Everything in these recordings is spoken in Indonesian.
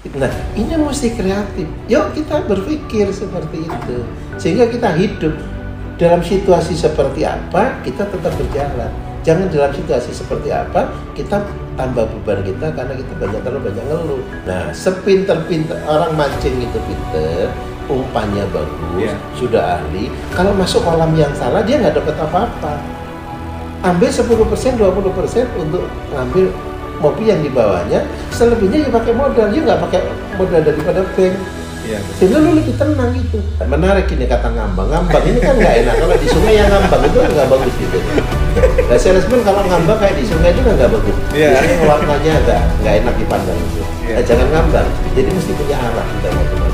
Nah, ini mesti kreatif. Yuk kita berpikir seperti itu. Sehingga kita hidup dalam situasi seperti apa, kita tetap berjalan. Jangan dalam situasi seperti apa, kita tambah beban kita karena kita terlalu banyak ngeluh. Nah, sepinter-pinter orang mancing itu pinter, umpannya bagus, sudah ahli. Kalau masuk kolam yang salah, dia nggak dapat apa-apa. Ambil 10%, 20% untuk ngambil mobil yang dibawanya, selebihnya ya pakai modal, dia nggak pakai modal daripada bank. Sehingga lu lebih tenang gitu. Menarik ini kata ngambang. Ngambang ini kan nggak enak, kalau di sungai yang ngambang itu nggak bagus gitu. Nah, salesman kalau ngambang kayak di sungai itu nggak bagus. Biasanya warnanya nggak enak dipandang gitu. Nah, jangan ngambang, jadi mesti punya arah kita teman-teman.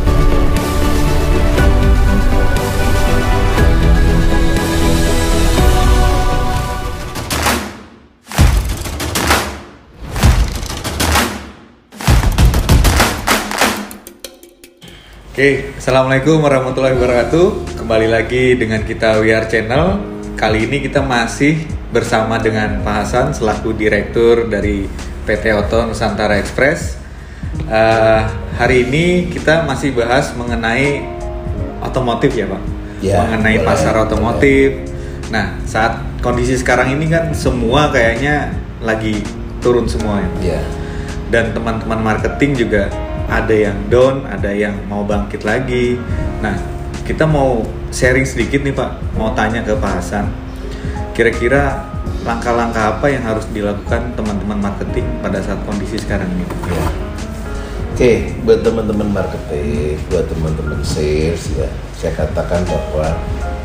Oke, Assalamualaikum warahmatullahi wabarakatuh. Kembali lagi dengan kita WR Channel. Kali ini kita masih bersama dengan Pak Hasan selaku Direktur dari PT Oto Nusantara Express. Hari ini kita masih bahas mengenai otomotif ya Pak? Mengenai pasar otomotif. Nah, saat kondisi sekarang ini kan semua kayaknya lagi turun semua ya. Dan teman-teman marketing juga ada yang down, ada yang mau bangkit lagi. Nah, kita mau sharing sedikit nih Pak, mau tanya ke Pak Hasan. Kira-kira langkah-langkah apa yang harus dilakukan teman-teman marketing pada saat kondisi sekarang ini? Oke, buat teman-teman marketing, buat teman-teman sales ya, saya katakan bahwa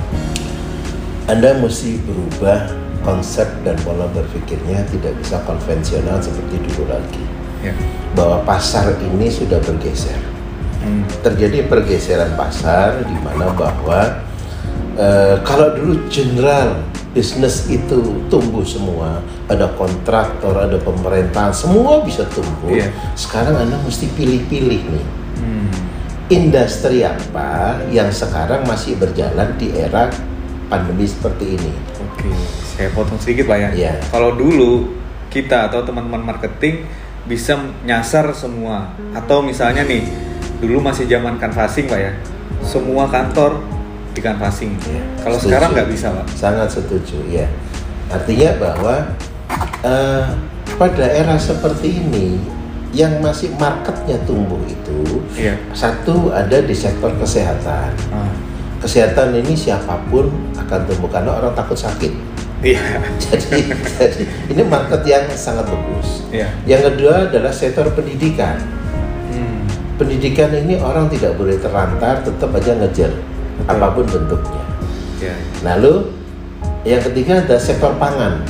Anda mesti berubah konsep dan pola berpikirnya, tidak bisa konvensional seperti dulu lagi. Bahwa pasar ini sudah bergeser. Terjadi pergeseran pasar di mana bahwa kalau dulu general bisnis itu tumbuh semua, ada kontraktor, ada pemerintahan, semua bisa tumbuh. Sekarang Anda mesti pilih-pilih nih. Industri apa yang sekarang masih berjalan di era pandemi seperti ini? Oke, saya potong sedikit Pak ya. Kalau dulu kita atau teman-teman marketing bisa nyasar semua, atau misalnya nih dulu masih zaman canvassing Pak ya, semua kantor di canvassing. Kalau sekarang nggak bisa Pak. Sangat setuju ya. Artinya bahwa pada era seperti ini yang masih marketnya tumbuh itu satu ada di sektor kesehatan. Kesehatan ini siapapun akan tumbuh karena orang takut sakit. Jadi ini market yang sangat bagus. Yang kedua adalah sektor pendidikan. Pendidikan ini orang tidak boleh terlantar, tetap aja ngejar apapun bentuknya. Lalu yang ketiga ada sektor pangan.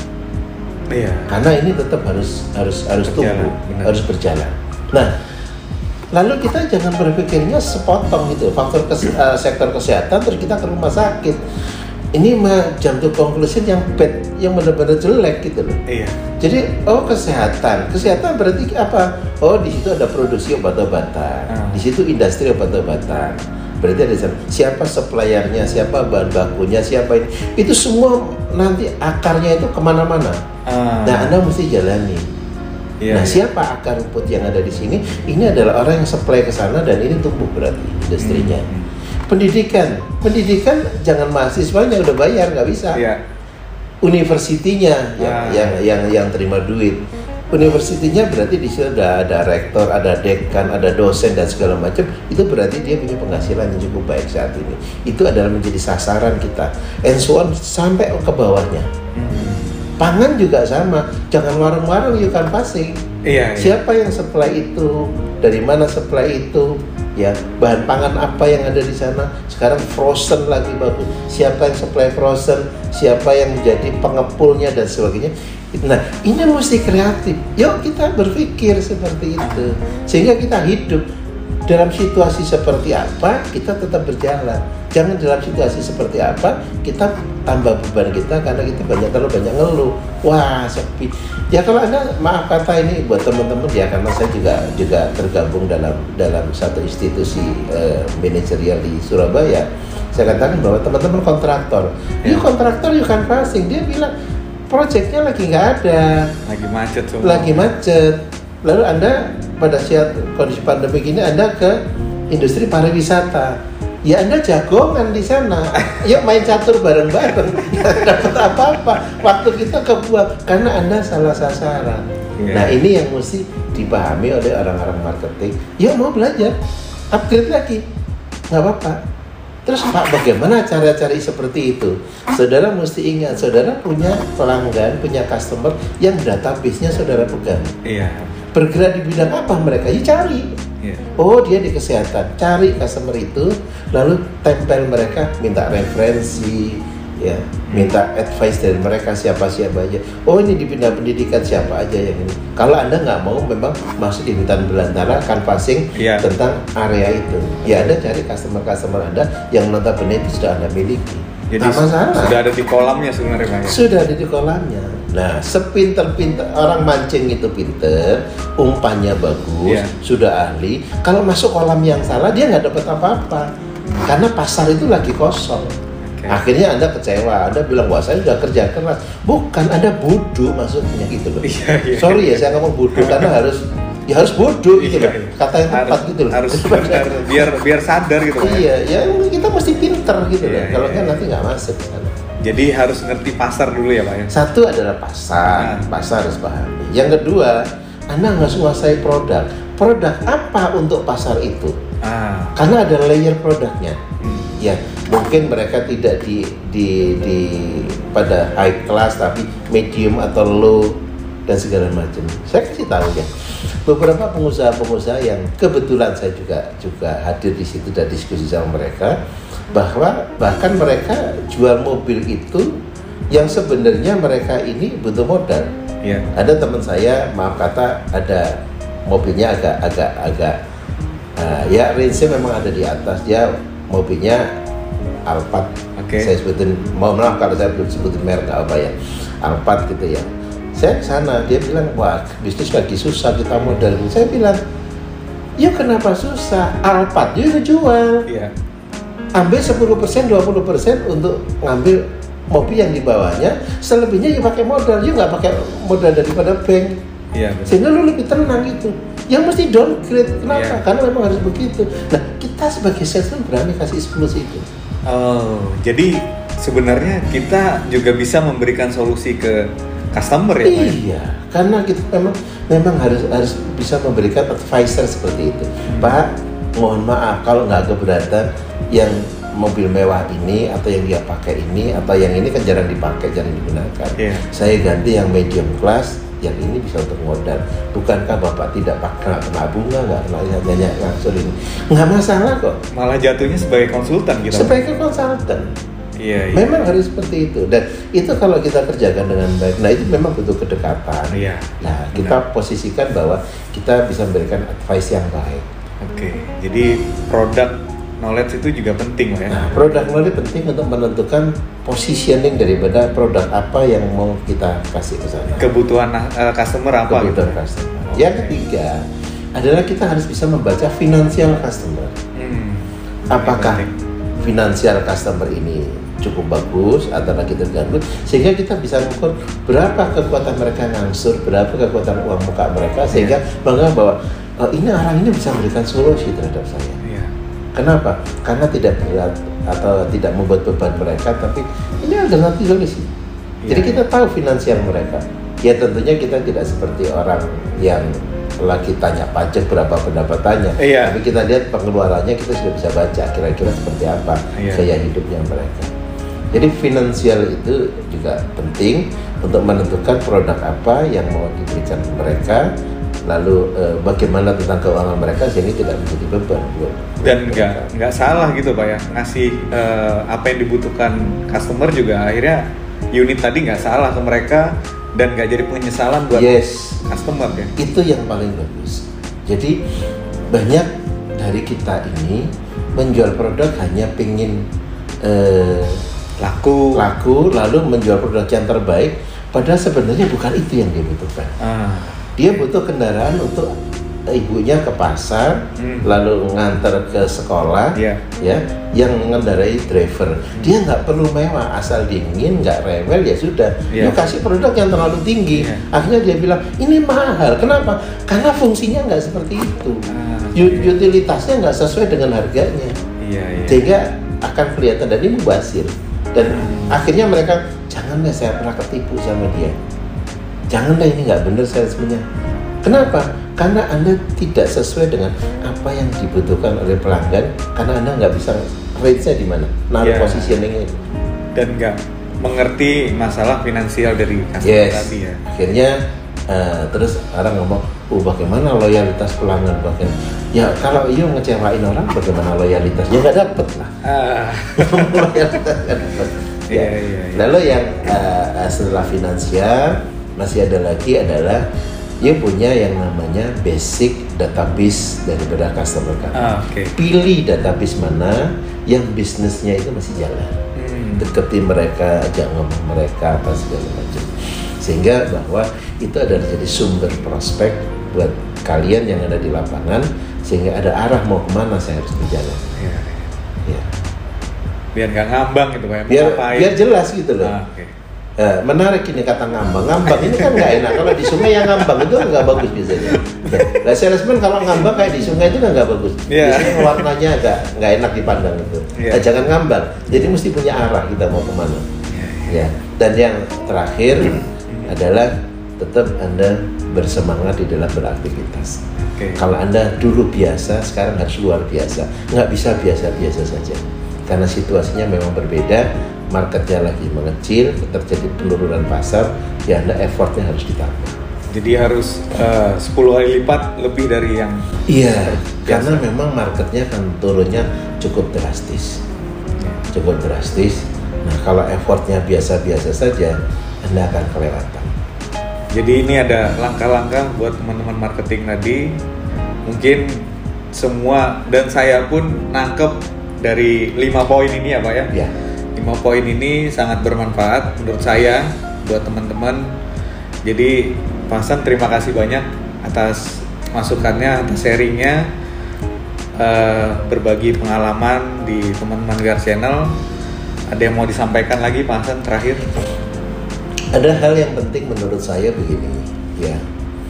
Karena ini tetap harus tumbuh, harus berjalan. Nah, lalu kita jangan berpikirnya sepotong gitu, faktor sektor kesehatan terus kita ke rumah sakit. Ini mah jump to conclusion yang bad, yang benar-benar jelek gitu loh. Jadi kesehatan berarti apa? Oh, di situ ada produksi obat-obatan, di situ industri obat-obatan. Berarti ada siapa suppliernya, siapa bahan bakunya, siapa ini. Itu semua nanti akarnya itu kemana-mana. Nah, Anda mesti jalani. Nah, siapa akar rumput yang ada di sini? Ini adalah orang yang supply ke sana dan ini tumbuh berarti industrinya. Pendidikan jangan mahasiswanya udah bayar, nggak bisa. Universitinya yang terima duit. Universitinya berarti di sini ada rektor, ada dekan, ada dosen dan segala macam. Itu berarti dia punya penghasilan yang cukup baik saat ini. Itu adalah menjadi sasaran kita. And so on sampai ke bawahnya. Pangan juga sama. Jangan warung-warung you can passing. Siapa yang supply itu? Dari mana supply itu? Ya, bahan pangan apa yang ada di sana? Sekarang frozen lagi bagus. Siapa yang supply frozen? Siapa yang menjadi pengepulnya dan sebagainya? Nah, ini mesti kreatif. Yuk kita berpikir seperti itu. Sehingga kita hidup dalam situasi seperti apa, kita tetap berjalan. Jangan dalam situasi seperti apa, kita tambah beban kita karena kita terlalu banyak ngeluh. Wah, sepi. Ya kalau Anda, maaf kata ini buat teman-teman ya, karena saya juga tergabung dalam satu institusi manajerial di Surabaya. Saya katakan bahwa teman-teman kontraktor, kontraktor you can passing, dia bilang proyeknya lagi nggak ada, lagi macet semua. Lalu Anda pada saat kondisi pandemi ini Anda ke industri pariwisata, ya Anda jagongan di sana. Yuk main catur bareng-bareng, nggak dapat apa-apa. Waktu kita kebuang karena Anda salah sasaran. Nah ini yang mesti dipahami oleh orang-orang marketing. Yuk mau belajar, upgrade lagi, nggak apa-apa. Terus Pak, bagaimana cara cari seperti itu? Saudara mesti ingat, saudara punya pelanggan, punya customer yang database-nya saudara pegang. Iya. Bergerak di bidang apa mereka? Ya cari. Iya. Oh, dia di kesehatan. Cari customer itu, lalu tempel mereka, minta referensi, ya, minta advice dari mereka siapa-siapa aja. Oh, ini di bidang pendidikan siapa aja yang ini. Kalau Anda nggak mau memang masuk di hutan belantara, canvassing tentang area itu. Ya Anda cari customer Anda yang notabene itu sudah Anda miliki. Jadi sudah ada di kolamnya sebenarnya Pak. Sudah ada di kolamnya. Nah, sepinter-pinter orang mancing itu pinter, umpannya bagus, sudah ahli. Kalau masuk kolam yang salah dia nggak dapat apa-apa. Karena pasar itu lagi kosong. Akhirnya Anda kecewa, Anda bilang wah saya sudah kerja keras. Bukan, Anda bodoh maksudnya gitu loh. Sorry ya saya ngomong bodoh karena harus bodoh gitu loh. Kata yang tepat gitu loh. Harus biar sadar gitu kan. Iya, ya kita mesti pinter gitu loh. Kalau kan nanti nggak masuk kan. Jadi harus ngerti pasar dulu ya Pak ya. Satu adalah pasar harus pahami. Yang kedua, Anda harus menguasai produk. Produk apa untuk pasar itu? Karena ada layer produknya. Ya, mungkin mereka tidak di pada high class tapi medium atau low dan segala macam. Saya kasih tahu ya, beberapa pengusaha-pengusaha yang kebetulan saya juga hadir di situ dan diskusi sama mereka, bahwa bahkan mereka jual mobil itu yang sebenarnya mereka ini butuh modal. Ada teman saya, maaf kata, ada mobilnya agak ya range-nya memang ada di atas, dia mobilnya Alphard. Saya sebutin, mohon maaf kalau saya belum sebutin merek apa ya, Alphard gitu ya. Saya kesana, dia bilang wah bisnis lagi susah kita modal. Saya bilang, ya kenapa susah? Alphard dia udah jual. Ambil 10%, 20% untuk ngambil mobil yang di bawahnya, selebihnya ya pakai modal, ya nggak pakai modal daripada bank. Sehingga lu lebih tenang gitu. Yang mesti downgrade, kenapa? Karena memang harus begitu. Nah, kita sebagai salesman berani kasih solusi itu. Oh, jadi sebenarnya kita juga bisa memberikan solusi ke customer ya Pak? Iya, karena kita memang harus bisa memberikan advisor seperti itu. Pak, mohon maaf kalau nggak keberatan yang mobil mewah ini atau yang dia pakai ini atau yang ini kan jarang dipakai, jarang digunakan. Saya ganti yang medium class, yang ini bisa untuk modal. Bukankah Bapak tidak pakai kena bunga, nggak kena hanya ngangsur ini? Nggak masalah kok. Malah jatuhnya sebagai konsultan gitu. Sebagai konsultan. Memang harus seperti itu. Dan itu kalau kita kerjakan dengan baik, nah itu memang butuh kedekatan. Nah, kita posisikan bahwa kita bisa memberikan advice yang baik. Jadi produk knowledge itu juga penting ya. Nah, produk knowledge penting untuk menentukan positioning daripada produk apa yang mau kita kasih ke sana. Kebutuhan customer apa? Kebutuhan customer. Yang ketiga adalah kita harus bisa membaca financial customer. Apakah financial customer ini cukup bagus atau lagi terganggu, sehingga kita bisa mengukur berapa kekuatan mereka ngangsur, berapa kekuatan uang muka mereka, sehingga bangga bahwa ini orang ini bisa memberikan solusi terhadap saya. Kenapa? Karena tidak berat atau tidak membuat beban mereka, tapi ini alternatif solusi. Jadi kita tahu finansial mereka. Ya tentunya kita tidak seperti orang yang lagi tanya pajak berapa pendapatannya, tapi kita lihat pengeluarannya, kita sudah bisa baca kira-kira seperti apa gaya hidupnya mereka. Jadi finansial itu juga penting untuk menentukan produk apa yang mau diberikan mereka. Lalu bagaimana tentang keuangan mereka sehingga tidak menjadi beban dan nggak salah gitu Pak ya, ngasih apa yang dibutuhkan customer juga akhirnya unit tadi nggak salah ke mereka dan nggak jadi penyesalan buat customer ya. Itu yang paling bagus. Jadi banyak dari kita ini menjual produk hanya pengen laku lalu menjual produk yang terbaik, padahal sebenarnya bukan itu yang dia butuhkan. Dia butuh kendaraan untuk ibunya ke pasar, lalu nganter ke sekolah, ya, yang mengendarai driver. Dia nggak perlu mewah, asal dingin, nggak rewel ya sudah. Lu kasih produk yang terlalu tinggi, akhirnya dia bilang ini mahal. Kenapa? Karena fungsinya nggak seperti itu, utilitasnya nggak sesuai dengan harganya, sehingga akan kelihatan dan ini mubazir. Dan akhirnya mereka, janganlah saya pernah ketipu sama dia. Janganlah, ini nggak benar salesman-nya. Kenapa? Karena Anda tidak sesuai dengan apa yang dibutuhkan oleh pelanggan, karena Anda nggak bisa range-nya di mana, naruh positioning-nya. Dan nggak mengerti masalah finansial dari customer tadi ya. Akhirnya terus orang ngomong, bagaimana loyalitas pelanggan bagian? Ya kalau iyo ngecewain orang, bagaimana loyalitasnya? Nggak dapet lah. Loyalitas nggak dapet. Lalu yang setelah finansial masih ada lagi adalah dia punya yang namanya basic database daripada customer kami. Pilih database mana yang bisnisnya itu masih jalan. Deketi mereka, ajak ngomong mereka, apa segala macam. Sehingga bahwa itu adalah jadi sumber prospek buat kalian yang ada di lapangan, sehingga ada arah mau kemana saya harus berjalan. Biar nggak ngambang gitu Pak. Biar jelas gitu loh. Menarik ini kata ngambang ini kan nggak enak. Kalau di sungai yang ngambang itu nggak bagus biasanya. Nah, salesman kalau ngambang kayak di sungai itu nggak bagus. Biasanya warnanya nggak enak dipandang itu. Jangan ngambang. Jadi mesti punya arah kita mau kemana. Dan yang terakhir adalah tetap Anda bersemangat di dalam beraktivitas. Kalau Anda dulu biasa, sekarang harus luar biasa. Nggak bisa biasa-biasa saja. Karena situasinya memang berbeda. Marketnya lagi mengecil, terjadi penurunan pasar, ya Anda effortnya harus ditambah. Jadi harus 10 kali lipat lebih dari yang karena memang marketnya kan turunnya cukup drastis. Nah kalau effortnya biasa-biasa saja, Anda akan kelewatan. Jadi ini ada langkah-langkah buat teman-teman marketing tadi. Mungkin semua dan saya pun nangkep dari 5 poin ini ya Pak ya. 5 poin ini sangat bermanfaat menurut saya buat teman-teman. Jadi Pak Hasan terima kasih banyak atas masukannya, atas sharingnya, berbagi pengalaman di teman-teman WR Channel. Ada yang mau disampaikan lagi Pak Hasan terakhir? Ada hal yang penting menurut saya begini ya.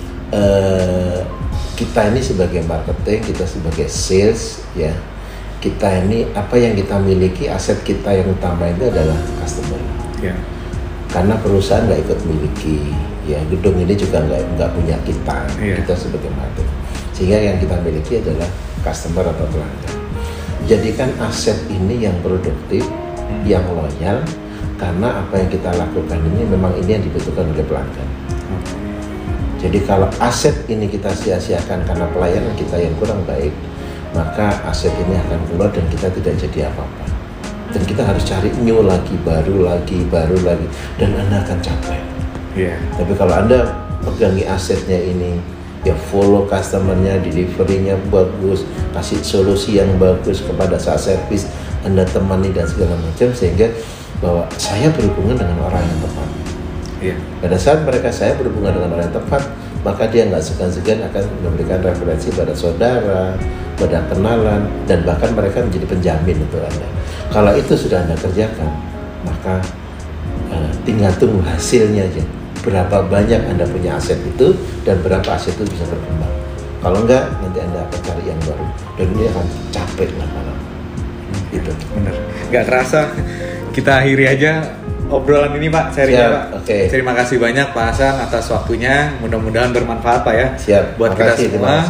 Kita ini sebagai marketing, kita sebagai sales ya. Kita ini apa yang kita miliki, aset kita yang utama itu adalah customer. Karena perusahaan nggak ikut miliki, ya gedung ini juga nggak punya kita, kita sebagai marketing. Sehingga yang kita miliki adalah customer atau pelanggan. Jadikan aset ini yang produktif, yang loyal, karena apa yang kita lakukan ini memang ini yang dibutuhkan oleh pelanggan. Jadi kalau aset ini kita sia-siakan karena pelayanan kita yang kurang baik, maka aset ini akan keluar dan kita tidak jadi apa-apa. Dan kita harus cari new lagi, baru lagi, dan Anda akan capek. Tapi kalau Anda pegangi asetnya ini, ya follow customer-nya, delivery-nya bagus, kasih solusi yang bagus kepada saat service, Anda temani dan segala macam, sehingga bahwa saya berhubungan dengan orang yang tepat. Pada saat saya berhubungan dengan orang yang tepat, maka dia nggak segan-segan akan memberikan referensi pada saudara, pada kenalan, dan bahkan mereka menjadi penjamin untuk Anda. Kalau itu sudah Anda kerjakan, maka tinggal tunggu hasilnya aja. Berapa banyak Anda punya aset itu dan berapa aset itu bisa berkembang. Kalau enggak, nanti Anda akan cari yang baru dan ini akan capek lama-lama. Gitu. Bener. Nggak terasa kita akhiri aja obrolan ini Pak, sharingnya Pak. Terima kasih banyak Pak Hasan atas waktunya. Mudah-mudahan bermanfaat Pak ya. Buat kita semua.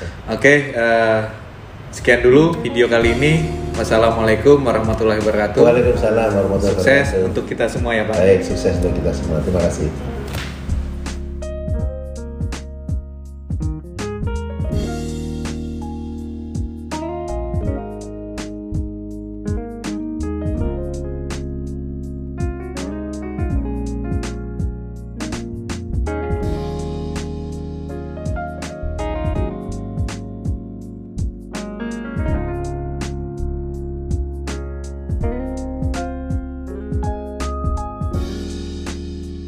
Sekian dulu video kali ini. Wassalamualaikum warahmatullahi wabarakatuh. Waalaikumsalam warahmatullahi wabarakatuh. Sukses untuk kita semua ya Pak. Baik, sukses untuk kita semua. Terima kasih.